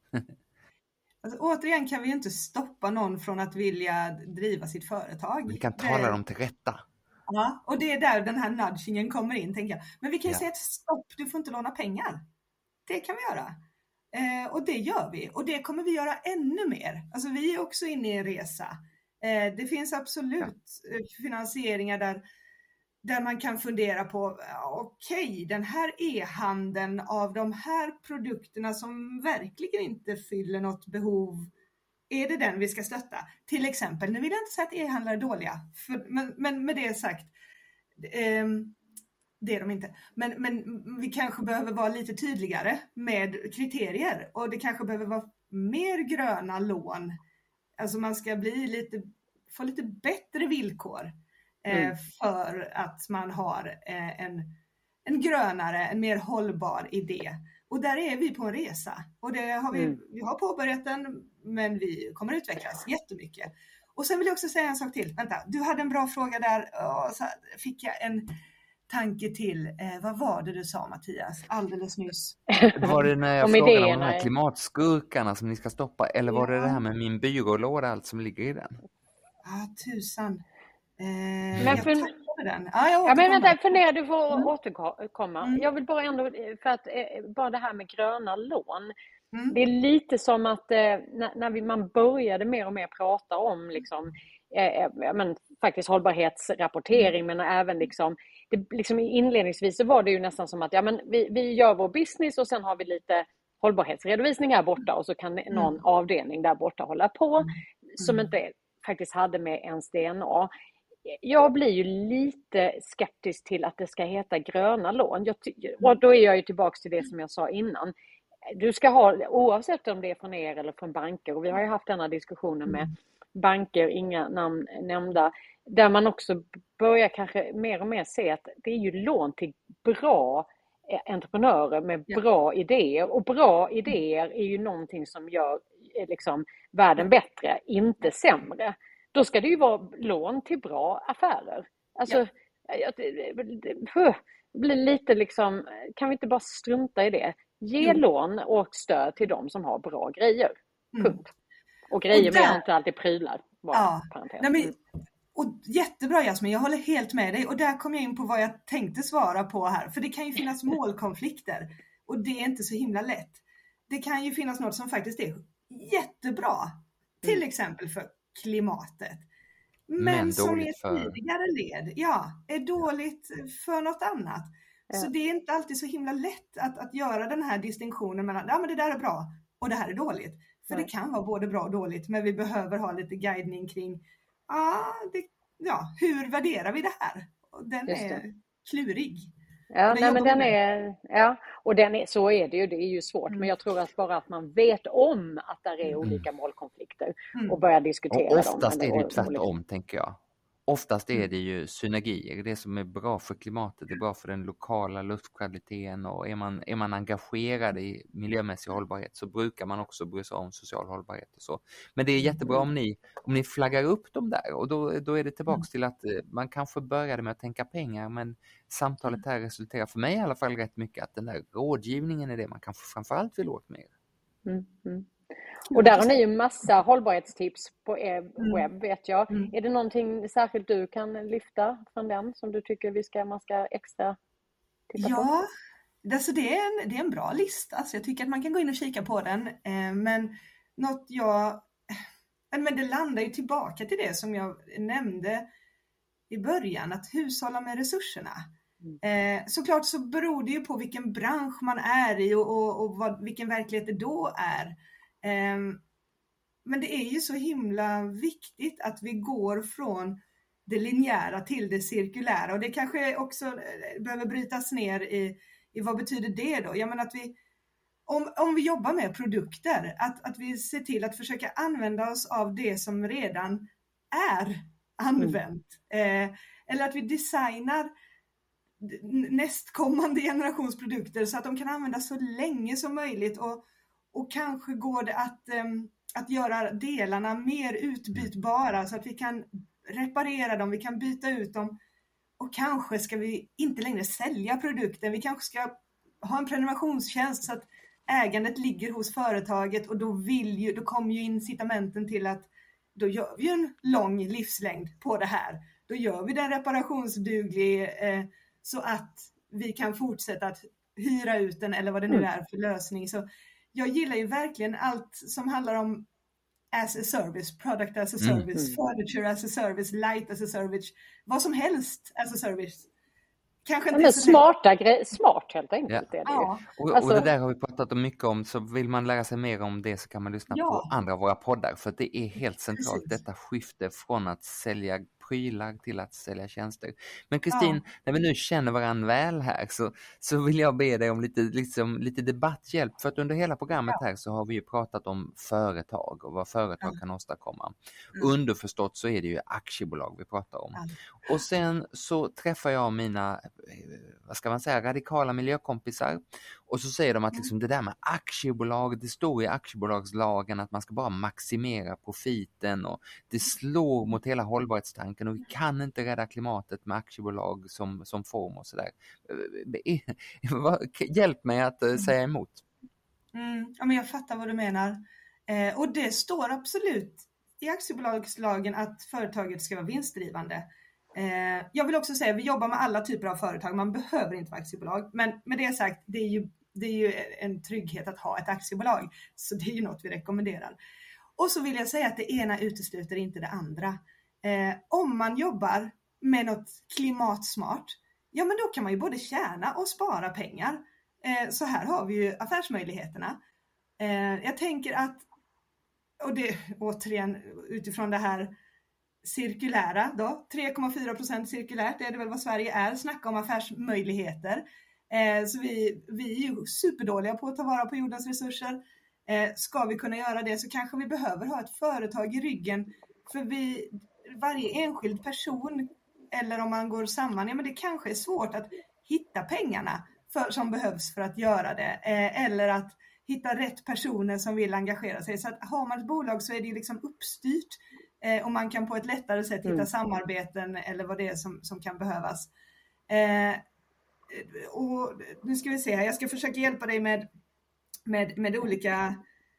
Alltså, återigen kan vi inte stoppa någon från att vilja driva sitt företag. Vi kan tala det... dem till rätta. Ja, och det är där den här nudgingen kommer in, tänker jag. Men vi kan ju ja. säga att stopp, du får inte låna pengar. Det kan vi göra. Eh, och det gör vi. Och det kommer vi göra ännu mer. Alltså vi är också inne i en resa. Eh, det finns absolut ja. finansieringar där, där man kan fundera på, okej, okay, den här e-handeln av de här produkterna som verkligen inte fyller något behov, är det den vi ska stötta? Till exempel, nu vill jag inte säga att e-handlare är dåliga, för, men, men med det sagt, eh, det är de inte. Men, men vi kanske behöver vara lite tydligare med kriterier, och det kanske behöver vara mer gröna lån. Alltså man ska bli lite, få lite bättre villkor eh, mm. för att man har eh, en, en grönare, en mer hållbar idé. Och där är vi på en resa. Och det har vi, mm. vi har påbörjat den, men vi kommer att utvecklas jättemycket. Och sen vill jag också säga en sak till. Vänta, du hade en bra fråga där, och så fick jag en tanke till. Eh, vad var det du sa, Mattias, alldeles nyss? Var det när jag om frågade idéerna. om de här klimatskurkarna som ni ska stoppa? Eller var det det här med min byrålåda, allt som ligger i den? Ja, ah, tusan. Eh, men jag för... tackade den. Ah, jag ja, men vänta, fundera, du får mm. återkomma. Mm. Jag vill bara ändå, för att eh, bara det här med gröna lån. Mm. Det är lite som att eh, när, när vi, man började mer och mer prata om liksom, eh, men, faktiskt hållbarhetsrapportering, mm. men även liksom, det, liksom inledningsvis så var det ju nästan som att ja, men vi, vi gör vår business och sen har vi lite hållbarhetsredovisning här borta, och så kan någon mm. avdelning där borta hålla på mm. som inte faktiskt hade med ens D N A. Jag blir ju lite skeptisk till att det ska heta gröna lån. Jag ty- och då är jag ju tillbaka till det som jag sa innan. Du ska ha, oavsett om det är från er eller från banker, och vi har ju haft denna diskussionen med banker, inga namn nämnda, där man också börjar kanske mer och mer se att det är ju lån till bra entreprenörer med bra idéer, och bra idéer är ju någonting som gör liksom världen bättre, inte sämre. Då ska det ju vara lån till bra affärer. Alltså, ja. det, det, det blir lite liksom, kan vi inte bara strunta i det? Ge mm. lån och stöd till de som har bra grejer. Punkt. Mm. Och grejer med inte alltid prylar. Ja. Nej, men, och jättebra, Jasmin, jag håller helt med dig. Och där kom jag in på vad jag tänkte svara på här. För det kan ju finnas målkonflikter. Och det är inte så himla lätt. Det kan ju finnas något som faktiskt är jättebra. Till mm. exempel för klimatet. Men, men som i för... tidigare led, ja, är dåligt för något annat. Ja. Så det är inte alltid så himla lätt att, att göra den här distinktionen mellan, ja men det där är bra och det här är dåligt. För ja. det kan vara både bra och dåligt, men vi behöver ha lite guidning kring, ja, det, ja hur värderar vi det här? Och den är klurig. Ja, nej, men den är, ja, och den är, så är det ju, det är ju svårt, mm. men jag tror att bara att man vet om att det är mm. olika målkonflikter mm. och börjar diskutera och oftast dem. Oftast är det ju tvärtom, tänker jag. Oftast är det ju synergier. Det som är bra för klimatet är bra för den lokala luftkvaliteten, och är man, är man engagerad i miljömässig hållbarhet så brukar man också bry sig om social hållbarhet och så. Men det är jättebra om ni, om ni flaggar upp dem där, och då, då är det tillbaka till att man kanske började med att tänka pengar, men samtalet här resulterar för mig i alla fall rätt mycket att den där rådgivningen är det man kanske framförallt vill åt mer. Mm, mm. Och där har ni ju massa hållbarhetstips på er webb, vet jag. Mm. Är det någonting särskilt du kan lyfta från den som du tycker vi ska, man ska extra titta ja, på? Alltså det, är en, det är en bra lista. Alltså jag tycker att man kan gå in och kika på den. Eh, men något jag... Men det landar ju tillbaka till det som jag nämnde i början. Att hushålla med resurserna. Mm. Eh, såklart så beror det ju på vilken bransch man är i och, och, och vad, vilken verklighet det då är. Eh, men det är ju så himla viktigt att vi går från det linjära till det cirkulära. Och det kanske också behöver brytas ner i, i vad betyder det då? Jag menar att vi, om, om vi jobbar med produkter, att, att vi ser till att försöka använda oss av det som redan är använt. Mm. Eh, eller att vi designar nästkommande generations produkter så att de kan användas så länge som möjligt. Och, och kanske går det att, um, att göra delarna mer utbytbara så att vi kan reparera dem, vi kan byta ut dem. Och kanske ska vi inte längre sälja produkten. Vi kanske ska ha en prenumerationstjänst så att ägandet ligger hos företaget. Och då, vill ju, då kommer ju incitamenten till att då gör vi en lång livslängd på det här. Då gör vi den reparationsduglig eh, så att vi kan fortsätta att hyra ut den eller vad det nu är för lösning. Så jag gillar ju verkligen allt som handlar om as a service, product as a service, mm. furniture as a service, light as a service, vad som helst as a service. Kanske inte men så smarta grejer, smart helt enkelt. Ja. Är det ja. Och, alltså... och det där har vi pratat om mycket om, så vill man lära sig mer om det så kan man lyssna ja. på andra av våra poddar, för det är helt centralt. Precis. Detta skifte från att sälja prylar till att sälja tjänster. Men Kristin, ja. när vi nu känner varandra väl här så, så vill jag be dig om lite, liksom, lite debatthjälp, för att under hela programmet ja. här så har vi ju pratat om företag och vad företag ja. kan åstadkomma. Mm. Underförstått så är det ju aktiebolag vi pratar om. Ja. Och sen så träffar jag mina, vad ska man säga, radikala miljökompisar, och så säger de att liksom det där med aktiebolag, det står i aktiebolagslagen att man ska bara maximera profiten, och det slår mot hela hållbarhetstanken, och vi kan inte rädda klimatet med aktiebolag som, som form och sådär. Hjälp mig att säga emot. Mm, ja, men jag fattar vad du menar. Eh, och det står absolut i aktiebolagslagen att företaget ska vara vinstdrivande. Eh, jag vill också säga att vi jobbar med alla typer av företag. Man behöver inte vara aktiebolag. Men med det sagt, det är ju, det är ju en trygghet att ha ett aktiebolag. Så det är ju något vi rekommenderar. Och så vill jag säga att det ena utesluter inte det andra. Eh, om man jobbar med något klimatsmart, ja men då kan man ju både tjäna och spara pengar. Eh, så här har vi ju affärsmöjligheterna. Eh, jag tänker att, och det återigen utifrån det här cirkulära då, tre komma fyra procent cirkulärt, det är det väl vad Sverige är, snacka om affärsmöjligheter. Eh, så vi, vi är ju superdåliga på att ta vara på jordens resurser. Eh, ska vi kunna göra det så kanske vi behöver ha ett företag i ryggen, för vi, varje enskild person, eller om man går samman, ja men det kanske är svårt att hitta pengarna för, som behövs för att göra det, eh, eller att hitta rätt personer som vill engagera sig. Så att har man ett bolag så är det ju liksom uppstyrt, eh, och man kan på ett lättare sätt hitta mm. samarbeten eller vad det är som, som kan behövas. Eh, och nu ska vi se här, jag ska försöka hjälpa dig med, med, med olika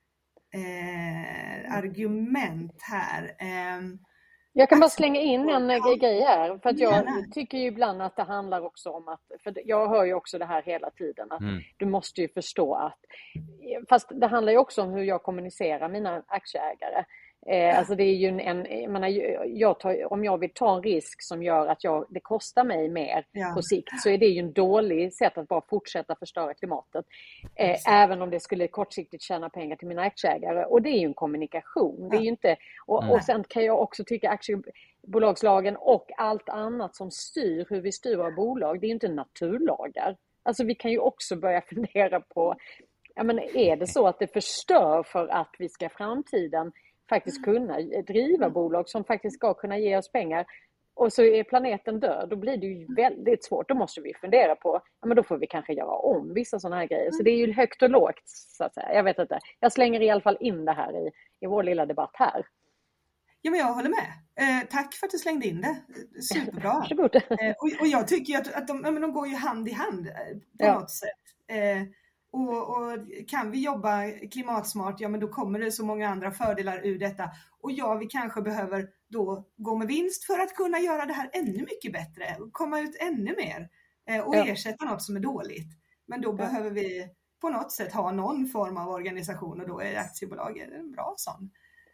eh, argument här. Eh, Jag kan bara slänga in en ja. grej här, för att jag ja, tycker ju ibland att det handlar också om att, för jag hör ju också det här hela tiden, att mm. du måste ju förstå att, fast det handlar ju också om hur jag kommunicerar mina aktieägare. Eh, alltså det är ju en, jag menar, jag tar, om jag vill ta en risk som gör att jag, det kostar mig mer ja. på sikt, så är det ju en dålig sätt att bara fortsätta förstöra klimatet. Eh, även om det skulle kortsiktigt tjäna pengar till mina aktieägare. Och det är ju en kommunikation. Ja. Det är ju inte, och, mm. och sen kan jag också tycka aktiebolagslagen och allt annat som styr hur vi styr våra bolag, det är ju inte naturlagar. Alltså vi kan ju också börja fundera på, ja, men är det så att det förstör för att vi ska framtiden faktiskt kunna driva bolag som faktiskt ska kunna ge oss pengar, och så är planeten död, då blir det ju väldigt svårt. Då måste vi fundera på, ja men då får vi kanske göra om vissa sådana här grejer. Så det är ju högt och lågt så att säga. Jag vet inte. Jag slänger i alla fall in det här i, i vår lilla debatt här. Ja, men jag håller med. Eh, tack för att du slängde in det. Superbra. Varsågod. Eh, och, och jag tycker ju att, att de, men de går ju hand i hand på ja. något sätt. Eh, Och, och kan vi jobba klimatsmart, ja men då kommer det så många andra fördelar ur detta. Och ja, vi kanske behöver då gå med vinst för att kunna göra det här ännu mycket bättre. Komma ut ännu mer. eh, och Ja. ersätta något som är dåligt. Men då Ja. behöver vi på något sätt ha någon form av organisation, och då är aktiebolag en bra sån.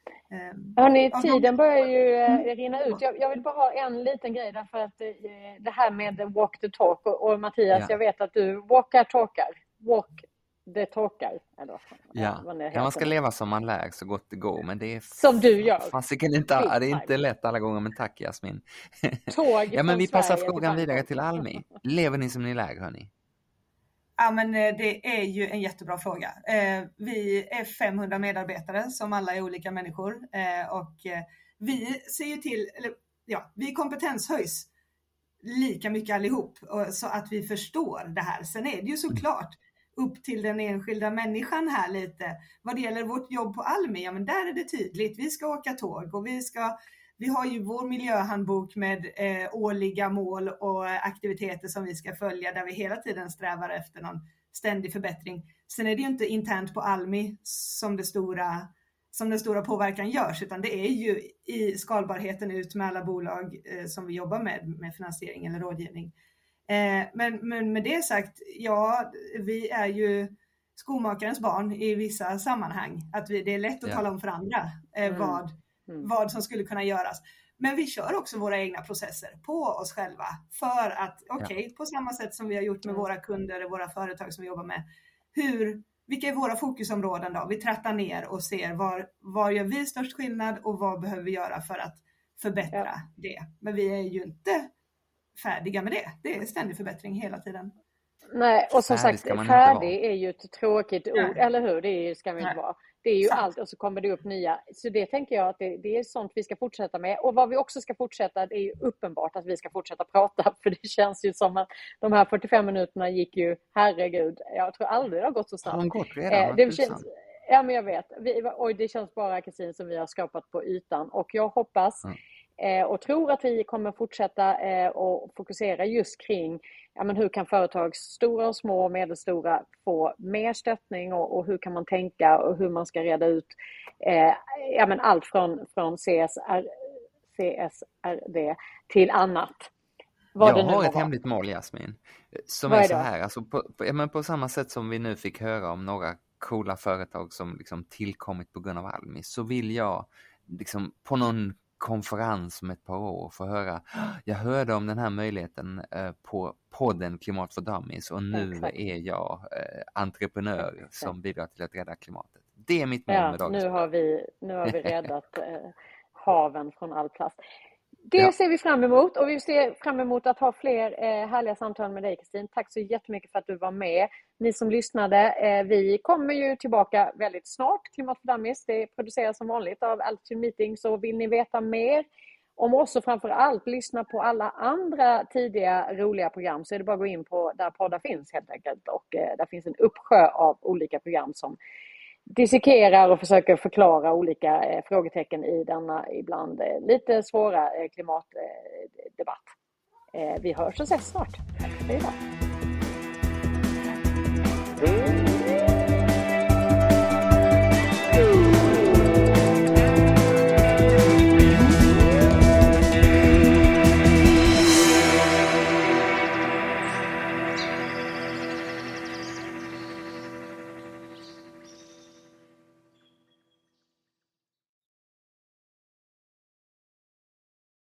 Hörrni, Ja, tiden de- börjar ju eh, rinna ut. Jag, jag vill bara ha en liten grej därför att eh, det här med walk the talk och, och Mattias, Ja. jag vet att du walkar talkar. Walk the talkar. Eller, Ja, vad det ja, heter. man ska leva som man lär så gott det går, men det är Som du gör. fasiken inte, Big ja, det är time. inte lätt alla gånger, men tack Jasmin. Tåg Ja, men från vi passar Sverige frågan till vidare Bangkok. till Almi. Lever ni som ni lär, hörni? Ja, men eh, det är ju en jättebra fråga. Eh, Vi är femhundra medarbetare som alla är olika människor, eh, och eh, vi ser ju till, eller ja, vi kompetenshöjs lika mycket allihop, och så att vi förstår det här. Sen är det ju såklart upp till den enskilda människan här lite. Vad det gäller vårt jobb på Almi, ja men där är det tydligt. Vi ska åka tåg och vi ska Vi har ju vår miljöhandbok med eh, årliga mål och aktiviteter som vi ska följa, där vi hela tiden strävar efter någon ständig förbättring. Sen är det ju inte internt på Almi som det stora, som den stora påverkan görs, utan det är ju i skalbarheten ut med alla bolag eh, som vi jobbar med, med finansiering eller rådgivning. Eh, men, men med det sagt, ja, vi är ju skomakarens barn i vissa sammanhang. Att vi, det är lätt att Ja. tala om för andra eh, Mm. vad Mm. vad som skulle kunna göras. Men vi kör också våra egna processer på oss själva för att, okej, okay, ja. på samma sätt som vi har gjort med våra kunder och våra företag som vi jobbar med, hur, vilka är våra fokusområden då? Vi trattar ner och ser var, var gör vi störst skillnad och vad behöver vi göra för att förbättra ja. det. Men vi är ju inte färdiga med det. Det är ständig förbättring hela tiden. Nej, och som färdig sagt, färdig är ju ett tråkigt ord, ja. eller hur? Det är ju, ska vi inte vara. Det är ju Sant. Allt, och så kommer det upp nya. Så det tänker jag att det, det är sånt vi ska fortsätta med. Och vad vi också ska fortsätta, det är ju uppenbart att vi ska fortsätta prata. För det känns ju som att de här fyrtiofem minuterna gick ju, herregud, jag tror aldrig det har gått så snabbt. Har de gått redan? Eh, det känns, ja, men jag vet. Vi, oj, det känns bara, Kristin, som vi har skapat på ytan. Och jag hoppas mm. eh, och tror att vi kommer fortsätta eh, och fokusera just kring ja, men hur kan företag, stora och små och medelstora, få mer stöttning och, och hur kan man tänka och hur man ska reda ut eh, ja, men allt från, från C S R, C S R D till annat. Vad jag har ett hemligt mål, Jasmin, som är, är så här, alltså på, på, men på samma sätt som vi nu fick höra om några coola företag som liksom tillkommit på grund av Almi, så vill jag liksom på någon konferens om ett par år för att höra, jag hörde om den här möjligheten eh, på podden Klimat för Dummies och nu Exakt. är jag eh, entreprenör Exakt. som bidrar till att rädda klimatet. Det är mitt mål ja, med dagens nu har vi Nu har vi räddat eh, haven från all plast. Det ja. ser vi fram emot, och vi ser fram emot att ha fler eh, härliga samtal med dig, Kristin. Tack så jättemycket för att du var med. Ni som lyssnade, eh, vi kommer ju tillbaka väldigt snart. Klimat för Dummies, det produceras som vanligt av Altitude Meeting. Så vill ni veta mer om oss och framför allt lyssna på alla andra tidiga roliga program, så är det bara att gå in på där poddar finns helt enkelt. Och eh, där finns en uppsjö av olika program som dissekerar och försöker förklara olika eh, frågetecken i denna ibland eh, lite svåra eh, klimatdebatt. Eh, vi hörs och ses snart. Tack för idag.